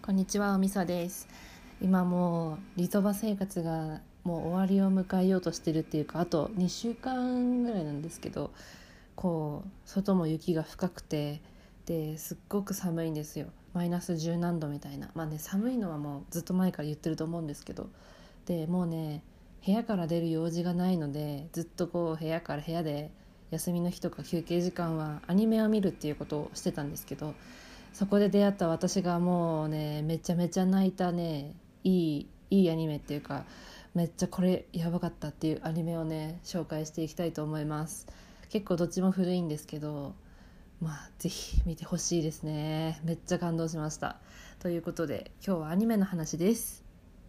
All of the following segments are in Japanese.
こんにちは、みさです。今もうリゾバ生活がもう終わりを迎えようとしてるっていうか、あと2週間ぐらいなんですけど、外も雪が深くて、ですっごく寒いんですよ。マイナス10何度みたいな。寒いのはもうずっと前から言ってると思うんですけど、もうね、部屋から出る用事がないので、ずっと部屋から部屋で休みの日とか休憩時間はアニメを見るっていうことをしてたんですけど、そこで出会った私がもうね、めちゃめちゃ泣いたね、いいアニメっていうか、めっちゃこれやばかったっていうアニメをね、紹介していきたいと思います。結構どっちも古いんですけど、ぜひ見てほしいですね。めっちゃ感動しました。ということで今日はアニメの話です。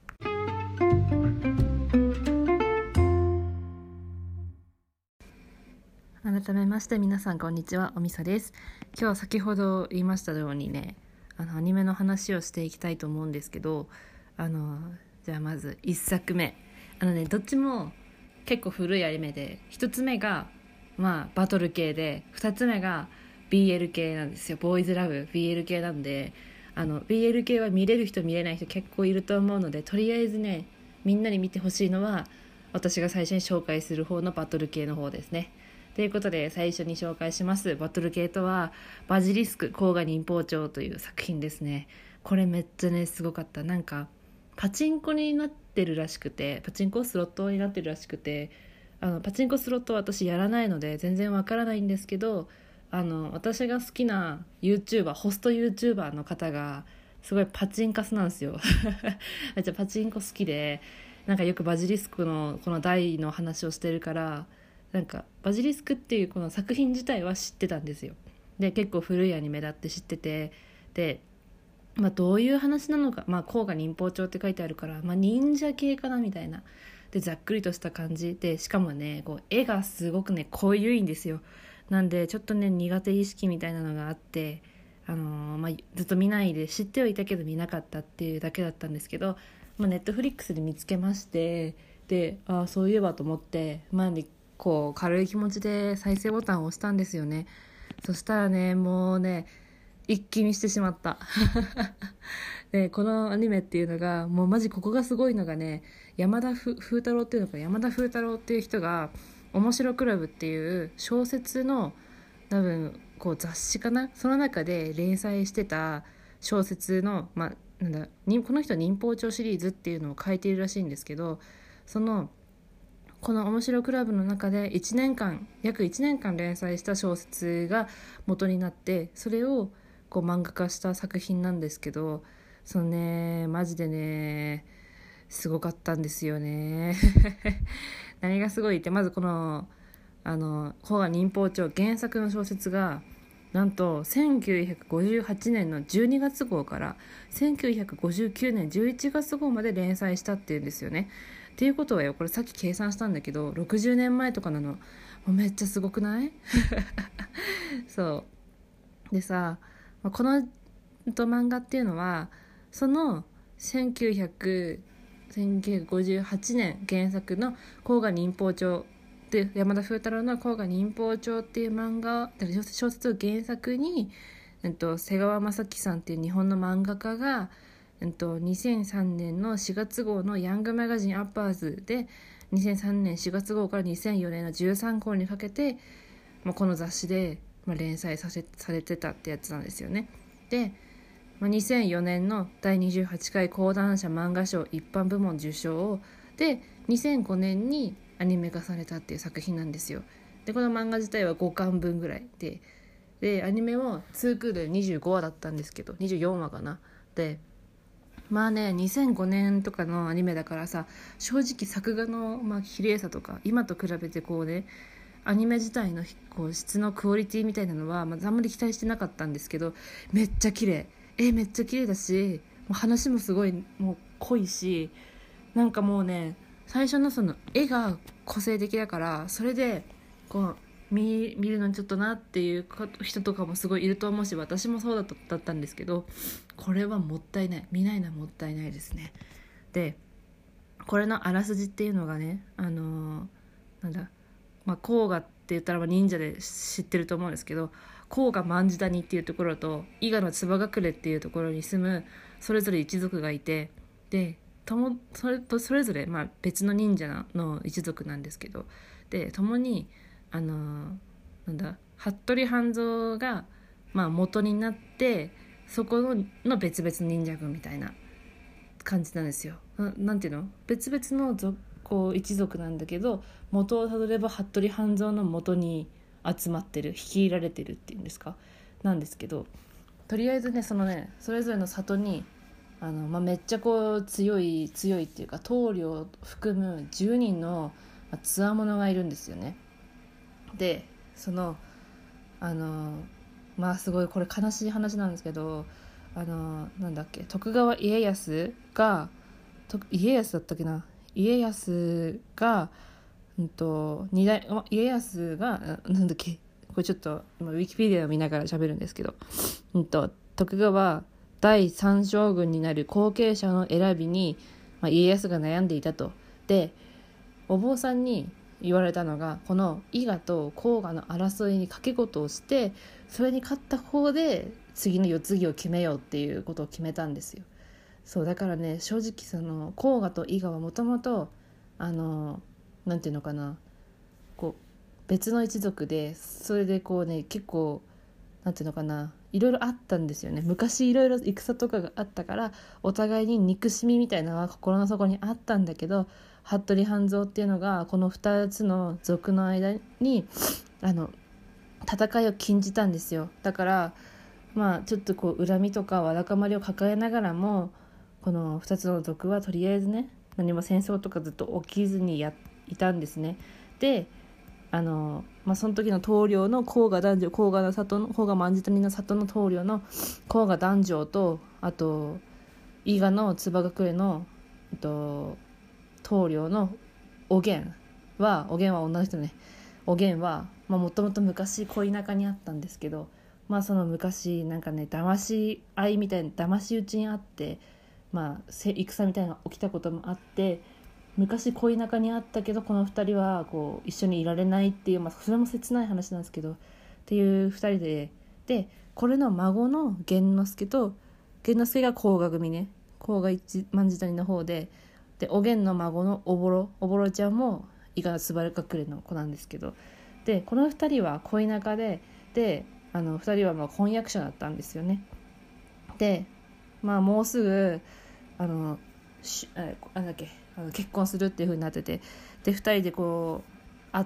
改めまして皆さんこんにちは、おみさです。今日は先ほど言いましたようにね、アニメの話をしていきたいと思うんですけど、じゃあまず1作目、どっちも結構古いアニメで、1つ目がバトル系で、2つ目が BL 系なんですよ。ボーイズラブ BL 系なんで、BL 系は見れる人見れない人結構いると思うので、とりあえずね、みんなに見てほしいのは私が最初に紹介する方のバトル系の方ですね。ということで最初に紹介しますバトル系とは、バジリスク甲賀忍法帳という作品ですね。これめっちゃねすごかった。なんかパチンコになってるらしくて、パチンコスロットになってるらしくて、パチンコスロットは私やらないので全然わからないんですけど、私が好きな YouTuber、ホスト YouTuber の方がすごいパチンカスなんですよめっちゃパチンコ好きで、なんかよくバジリスクのこの台の話をしてるから、なんかバジリスクっていうこの作品自体は知ってたんですよ。で結構古いアニメだって知ってて、で、どういう話なのか、甲賀忍法帳って書いてあるから、忍者系かなみたいな。でざっくりとした感じで、しかもね絵がすごくね濃ゆいんですよ。なんでちょっとね苦手意識みたいなのがあって、ずっと見ないで、知ってはいたけど見なかったっていうだけだったんですけど、ネットフリックスで見つけまして、でそういえばと思って前に軽い気持ちで再生ボタンを押したんですよね。そしたらね、もうね一気見してしまったでこのアニメっていうのがもうマジここがすごいのがね、山田風太郎っていうのか、山田風太郎っていう人が面白クラブっていう小説の多分雑誌かな、その中で連載してた小説の、この人は忍法帳シリーズっていうのを書いているらしいんですけど、この面白クラブの中で約1年間連載した小説が元になって、それを漫画化した作品なんですけど、そのねマジでねすごかったんですよね何がすごいって、まずこの甲賀忍法帳原作の小説がなんと1958年の12月号から1959年11月号まで連載したっていうんですよね。っていうことはよ、これさっき計算したんだけど60年前とかなの。もうめっちゃすごくないそうでさ、この漫画っていうのはその1958年原作の甲賀忍法帳で、山田風太郎の甲賀忍法帳っていう小説を原作に、瀬川正樹さんっていう日本の漫画家が、2003年の4月号のヤングマガジンアッパーズで2003年4月号から2004年の13号にかけて、この雑誌で、連載されてたってやつなんですよね。で、2004年の第28回講談社漫画賞一般部門受賞で、2005年にアニメ化されたっていう作品なんですよ。でこの漫画自体は5巻分ぐらいでアニメも2クールで25話だったんですけど、24話かな。で2005年とかのアニメだからさ、正直作画の綺麗さとか今と比べてアニメ自体の質のクオリティみたいなのは、あんまり期待してなかったんですけど、めっちゃ綺麗めっちゃ綺麗だし、もう話もすごいもう濃いし、なんかもうね最初のその絵が個性的だから、それで見るのにちょっとなっていう人とかもすごいいると思うし、私もそうだったんですけど、これはもったいない、見ないのはもったいないですね。でこれのあらすじっていうのがね、甲賀って言ったら忍者で知ってると思うんですけど、 甲賀万事谷っていうところと伊賀の燕隠れっていうところに住むそれぞれ一族がいて、でそれぞれ、別の忍者の一族なんですけど、で共に服部半蔵が、元になって、そこの別々忍者軍みたいな感じなんですよ。なんていうの、別々のこう一族なんだけど、元をたどれば服部半蔵の元に集まってる、率いられてるっていうんですか、なんですけど、とりあえずね、それぞれの里にめっちゃこう強いっていうか、棟梁を含む10人のつわものがいるんですよね。ですごいこれ悲しい話なんですけど、徳川家康が家康だったっけな、家康が家康がこれちょっと今ウィキペディアを見ながら喋るんですけど、徳川第三将軍になる後継者の選びに、家康が悩んでいたと。で、お坊さんに言われたのが、この伊賀と甲賀の争いに賭け事をして、それに勝った方で次の世継ぎを決めようっていうことを決めたんですよ。そうだからね、正直甲賀と伊賀はもともとなんていうのかな、こう別の一族で、それでこうね、結構なんていうのかな、いろいろあったんですよね。昔いろいろ戦とかがあったから、お互いに憎しみみたいなのが心の底にあったんだけど、服部半蔵っていうのがこの2つの族の間に戦いを禁じたんですよ。だからちょっとこう恨みとかわだかまりを抱えながらも、この2つの族はとりあえずね、何も戦争とかずっと起きずにいたんですね。でその時の棟梁の甲賀男女、甲賀万事谷の里の棟梁の甲賀男女と、あと伊賀の燕隠れの棟梁のおげんは女の人ね、おげんはもともと昔恋仲にあったんですけど、その昔騙し合いみたいな、騙し討ちにあって、戦みたいなのが起きたこともあって、昔恋仲にあったけど、この2人はこう一緒にいられないっていう、それも切ない話なんですけど、っていう2人で、これの孫の源之助が甲賀組ね、甲賀万事谷の方で、おげんの孫のおぼろちゃんも伊賀燕隠れの子なんですけど、でこの2人は恋仲で、2人は婚約者だったんですよね。でもうすぐ結婚するっていう風になってて、で2人でこう会って、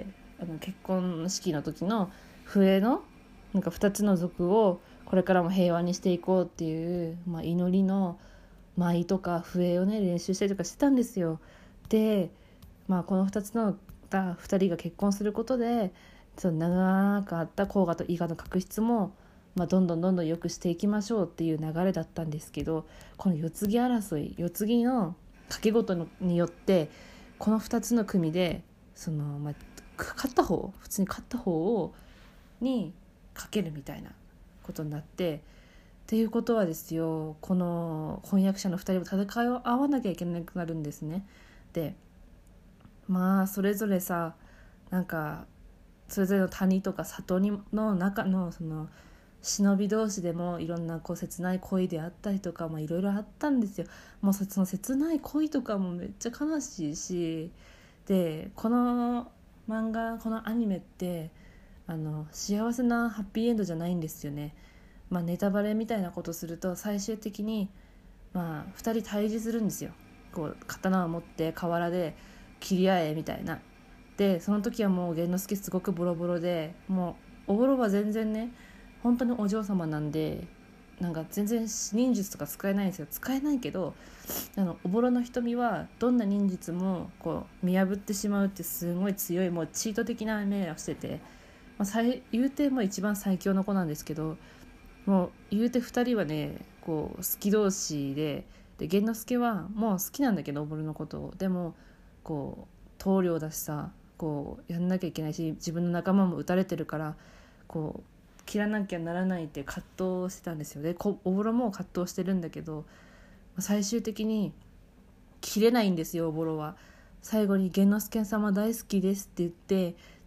結婚式の時の笛の2つの族をこれからも平和にしていこうっていう、祈りの舞とか笛をね練習したりとかしてたんですよ。でこの2つの2人が結婚することで、長くあった甲賀と伊賀の確執もどんどん良くしていきましょうっていう流れだったんですけど、この世継ぎ争い、世継ぎの賭け事によって、この2つの組で勝った方にかけるみたいなことになって、っていうことはですよ、この婚約者の2人も戦いを合わなきゃいけなくなるんですね。でそれぞれさ、それぞれの谷とか里の中の忍び同士でもいろんな切ない恋であったりとかいろいろあったんですよ。その切ない恋とかもめっちゃ悲しいし、でこの漫画、このアニメって幸せなハッピーエンドじゃないんですよね。ネタバレみたいなことすると、最終的に2人対峙するんですよ。こう刀を持って河原で切り合えみたいな。でその時はもう源之助すごくボロボロで、もうおぼろは全然ね、本当にお嬢様なんで全然忍術とか使えないんですよ。使えないけどおぼろの瞳はどんな忍術もこう見破ってしまうってすごい強い、もうチート的な目をしてて、言うて一番最強の子なんですけど、もう言うて2人はねこう好き同士で、源之助はもう好きなんだけど、おぼろのことを、でもこう棟梁だしさ、こうやんなきゃいけないし、自分の仲間も撃たれてるからこう切らなきゃならないっていう葛藤をしてたんですよ。でおぼろも葛藤してるんだけど、最終的に切れないんですよ。おぼろは最後に源之助様大好きですって言って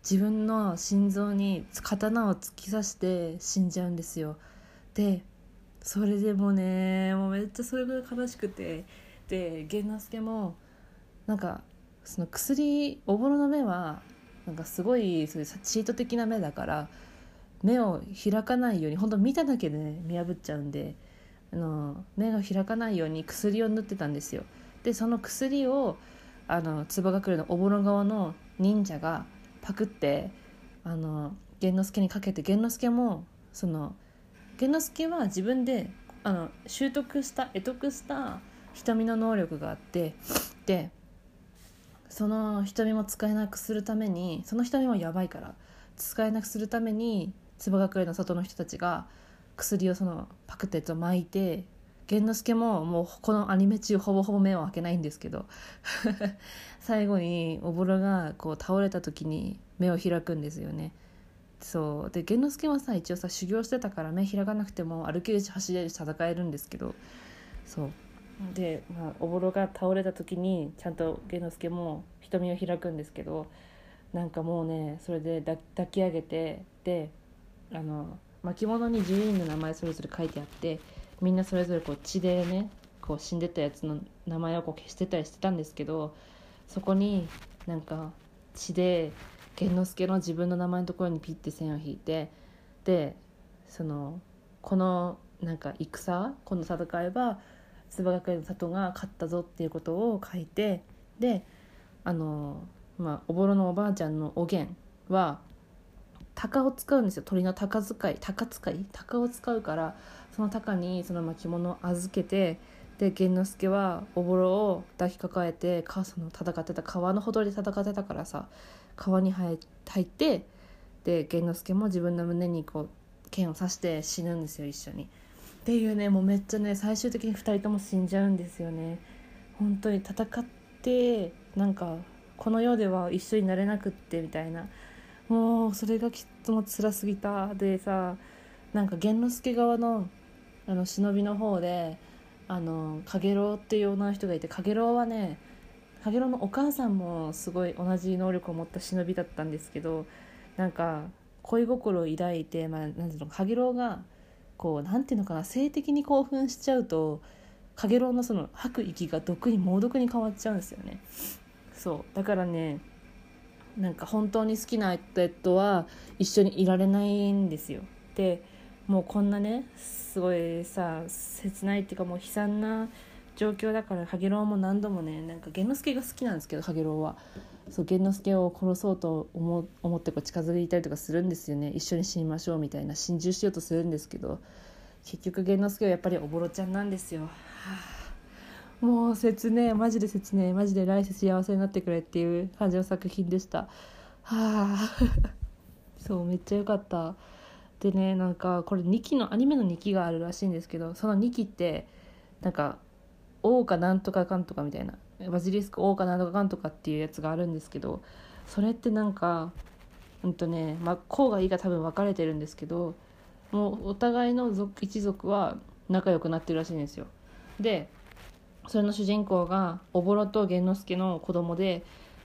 自分の心臓に刀を突き刺して死んじゃうんですよ。でそれでもね、もうめっちゃそれぐらい悲しくて、で玄之介もなんかその薬、おぼろの目はなんかすごいそういうチート的な目だから目を開かないように、本当見ただけで、ね、見破っちゃうんで、目が開かないように薬を塗ってたんですよ。でその薬を坪隠れのおぼろ側の忍者がパクって玄之介にかけて、玄之介も玄之介は自分で得得した瞳の能力があって、でその瞳も使えなくするために、その瞳もやばいから使えなくするために坪隠れの里の人たちが薬をパクったやつを巻いて、玄之介ももうこのアニメ中ほぼほぼ目を開けないんですけど最後におぼろがこう倒れた時に目を開くんですよね。そうで玄之介はさ一応さ修行してたから目開かなくても歩けるし走れるし戦えるんですけど、そうで、おぼろが倒れた時にちゃんと玄之介も瞳を開くんですけど、なんかもうねそれで抱き上げて、で巻物に10人の名前それぞれ書いてあって、みんなそれぞれこう血でねこう死んでたやつの名前をこう消してたりしてたんですけど、そこになんか血で玄之介の自分の名前のところにピッて線を引いて、でこのなんか戦、この戦いは坪隠れの里が勝ったぞっていうことを書いて、でおぼろのおばあちゃんのおげんは鷹を使うんですよ。鳥の鷹使い鷹を使うから、その鷹にその巻物を預けて、で玄之介はおぼろを抱きかかえて戦ってた川のほとりで戦ってたからさ、川に入って、で玄之介も自分の胸にこう剣を刺して死ぬんですよ、一緒に。っていうね、もうめっちゃね最終的に2人とも死んじゃうんですよね。本当に戦ってなんかこの世では一緒になれなくってみたいな、もうそれがきっとも辛すぎた。でさ、なんか玄之介側の忍びの方で影郎っていう女の人がいて、影郎はね、影郎のお母さんもすごい同じ能力を持った忍びだったんですけど、なんか恋心を抱いて、なんていうの、影郎がこうなんていうのかな、性的に興奮しちゃうと影郎のその吐く息が猛毒に変わっちゃうんですよね。そうだからね、なんか本当に好きな人とは一緒にいられないんですよ。でもうこんなねすごいさ切ないっていうかもう悲惨な状況だから、影郎も何度もね、なんか玄之介が好きなんですけど、影郎は玄之介を殺そうと思ってこう近づいたりとかするんですよね。一緒に死にましょうみたいな心中しようとするんですけど、結局玄之介はやっぱりおぼろちゃんなんですよ。はあ、もう切ねえ、マジで切ねえ、マジで来世幸せになってくれっていう感じの作品でした。はあそうめっちゃ良かった。でね、なんかこれ2期のアニメの2期があるらしいんですけど、その2期ってなんか王かなんとかかんとかみたいな、バジリスク王かなんとかかんとかっていうやつがあるんですけど、それってなんか公がいいが多分分かれてるんですけど、もうお互いの一族は仲良くなってるらしいんですよ。でそれの主人公がおぼろと玄之介の子供で、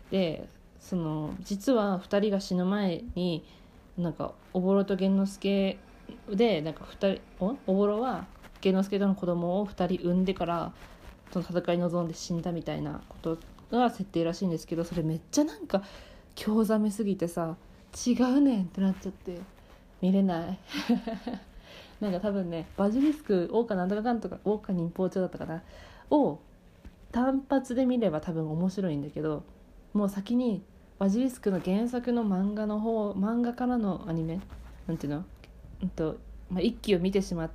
実は2人が死ぬ前になんかおぼろと玄之介でなんかおぼろは玄之介との子供を2人産んでからその戦いに臨んで死んだみたいなことが設定らしいんですけど、それめっちゃなんか興ざめすぎてさ、違うねんってなっちゃって見れないなんか多分ね、バジリスク王かなんとかかんとか王か忍法帳だったかなを単発で見れば多分面白いんだけど、もう先にバジリスクの原作の漫画からのアニメなんていうの、一期を見てしまって、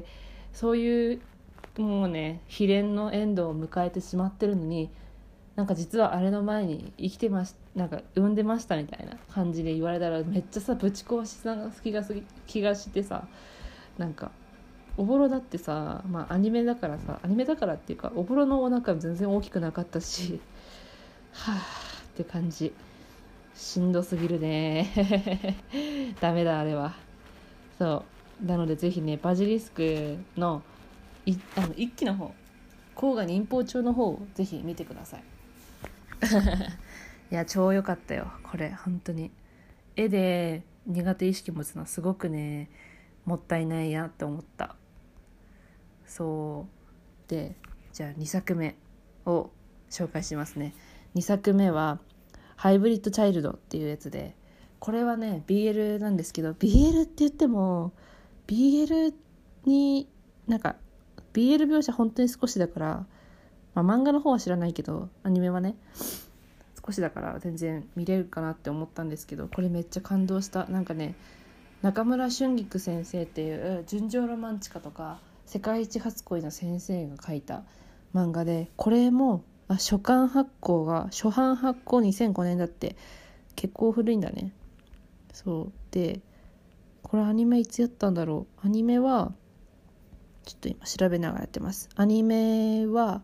そういうもうね悲恋のエンドを迎えてしまってるのに、なんか実はあれの前に生きてましなんか産んでましたみたいな感じで言われたらめっちゃさぶち壊しさ気がしてさ、なんかおぼろだってさ、アニメだからっていうかおぼろのお腹全然大きくなかったしはぁって感じ、しんどすぎるねダメだあれは。そうなのでぜひねバジリスクの一期の方、甲賀忍法帳の方をぜひ見てくださいいや超良かったよこれ本当に。 絵で苦手意識持つのはすごくねもったいないなって思った。そうで、じゃあ2作目を紹介しますね。2作目はハイブリッドチャイルドっていうやつで、これはね BL なんですけど、 BL って言っても BL になんか BL 描写本当に少しだから、漫画の方は知らないけどアニメはね少しだから全然見れるかなって思ったんですけど、これめっちゃ感動した。なんかね、中村春菊先生っていう純情ロマンチカとか世界一初恋の先生が書いた漫画で、これも初版発行2005年だって、結構古いんだね。そうで、これアニメいつやったんだろう。アニメはちょっと今調べながらやってます。アニメは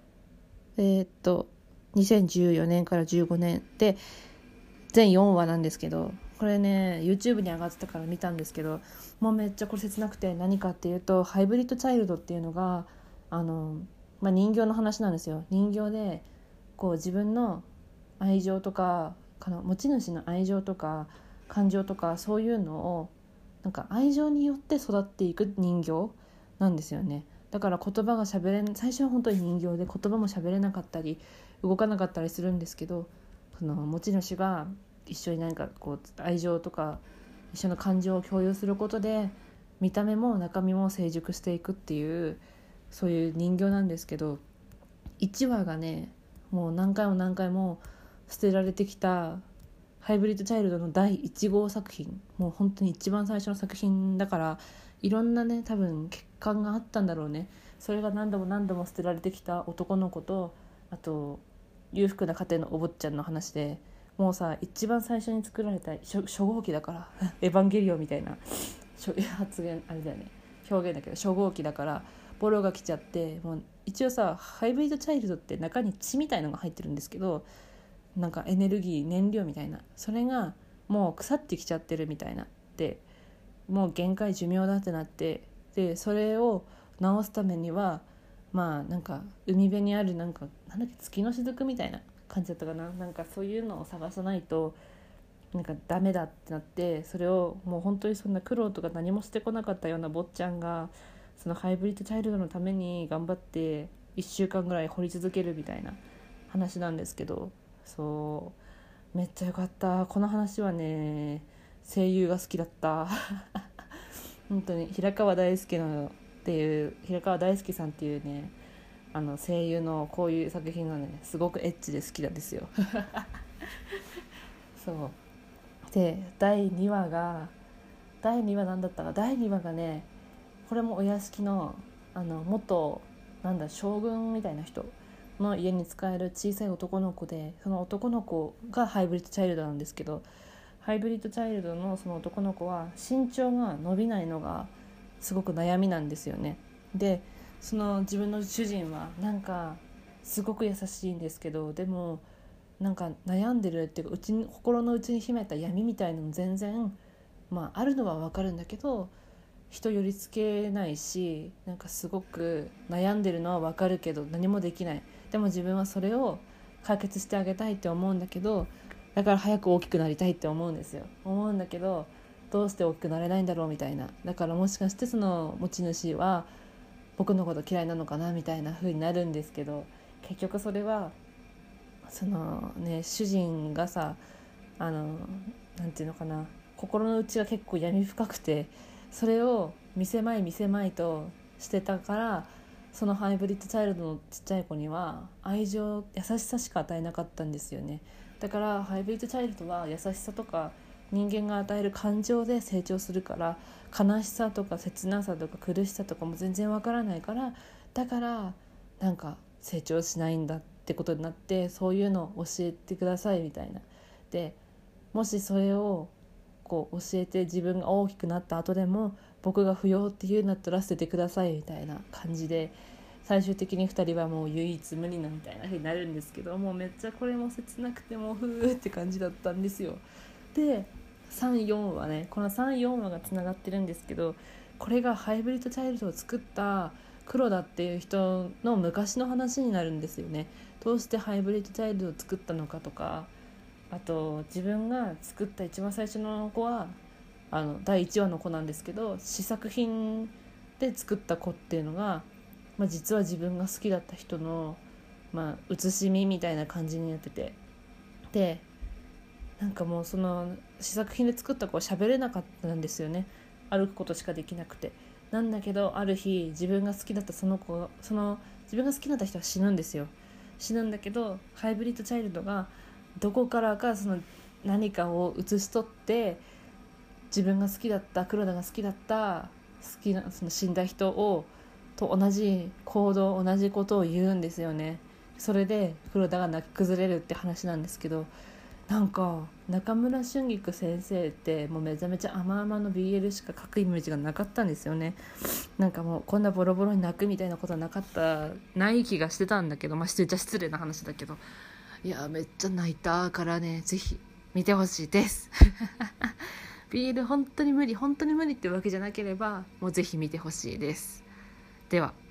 2014年から15年で全4話なんですけど、これね YouTube に上がってたから見たんですけど、もうめっちゃこれ切なくて、何かっていうとハイブリッドチャイルドっていうのが人形の話なんですよ。人形でこう自分の愛情とか持ち主の愛情とか感情とかそういうのをなんか愛情によって育っていく人形なんですよね。だから言葉が喋れん、最初は本当に人形で言葉も喋れなかったり動かなかったりするんですけど、その持ち主が一緒に何かこう愛情とか一緒の感情を共有することで見た目も中身も成熟していくっていう、そういう人形なんですけど、1話がねもう何回も何回も捨てられてきたハイブリッドチャイルドの第1号作品、もう本当に一番最初の作品だから、いろんなね多分欠陥があったんだろうね。それが何度も何度も捨てられてきた男の子と、あと裕福な家庭のお坊ちゃんの話で、もうさ一番最初に作られた初号機だからエヴァンゲリオンみたいな発言あれだよね、表現だけど初号機だからボロが来ちゃって、もう一応さハイブリッドチャイルドって中に血みたいのが入ってるんですけど、なんかエネルギー燃料みたいな、それがもう腐ってきちゃってるみたいなで、もう限界寿命だってなって、でそれを治すためにはなんか海辺にあるなんだっけ月の雫みたいな感じだったかな、なんかそういうのを探さないとなんかダメだってなって、それをもう本当にそんな苦労とか何もしてこなかったような坊ちゃんがそのハイブリッドチャイルドのために頑張って1週間ぐらい掘り続けるみたいな話なんですけど、そうめっちゃ良かった。この話はね声優が好きだった本当に平川大輔さんっていうね声優のこういう作品がねすごくエッチで好きなんですよそうで第2話なんだったか、第2話がねこれもお屋敷の元将軍みたいな人の家に仕える小さい男の子で、その男の子がハイブリッドチャイルドなんですけど、ハイブリッドチャイルドのその男の子は身長が伸びないのがすごく悩みなんですよね。でその自分の主人はなんかすごく優しいんですけど、でもなんか悩んでるっていうか心の内に秘めた闇みたいなの全然あるのは分かるんだけど人寄りつけないし、なんかすごく悩んでるのは分かるけど何もできない。でも自分はそれを解決してあげたいって思うんだけど、だから早く大きくなりたいって思うんだけどどうして大きくなれないんだろうみたいな。だからもしかしてその持ち主は僕のこと嫌いなのかなみたいな風になるんですけど、結局それはそのね主人がさなんていうのかな、心の内が結構闇深くて、それを見せまいとしてたから、そのハイブリッドチャイルドのちっちゃい子には愛情優しさしか与えなかったんですよね。だからハイブリッドチャイルドは優しさとか人間が与える感情で成長するから、悲しさとか切なさとか苦しさとかも全然わからないから、だからなんか成長しないんだってことになって、そういうのを教えてくださいみたいな。でもしそれをこう教えて自分が大きくなった後でも僕が不要って言うんだったら捨ててくださいみたいな感じで、最終的に2人はもう唯一無二なみたいな風になるんですけど、もうめっちゃこれも切なくてもうふーって感じだったんですよ。で34話ね、この34話がつながってるんですけど、これがハイブリッドチャイルドを作った黒田っていう人の昔の話になるんですよね。どうしてハイブリッドチャイルドを作ったのかとか、 あと自分が作った一番最初の子は第1話の子なんですけど、試作品で作った子っていうのが、実は自分が好きだった人の、写しみみたいな感じになってて、でなんかもうその試作品で作った子は喋れなかったんですよね。歩くことしかできなくて。なんだけどある日自分が好きだった自分が好きだった人は死ぬんですよ。死ぬんだけどハイブリッドチャイルドがどこからかその何かを写し取って、自分が好きだった黒田が好きだった好きなその死んだ人と同じ行動同じことを言うんですよね。それで黒田が泣き崩れるって話なんですけど、なんか中村春菊先生ってもうめちゃめちゃ甘々の BL しか書くイメージがなかったんですよね。なんかもうこんなボロボロに泣くみたいなことはない気がしてたんだけど、失礼な話だけど、いやめっちゃ泣いたからね、ぜひ見てほしいですBL 本当に無理ってわけじゃなければもうぜひ見てほしいです。では。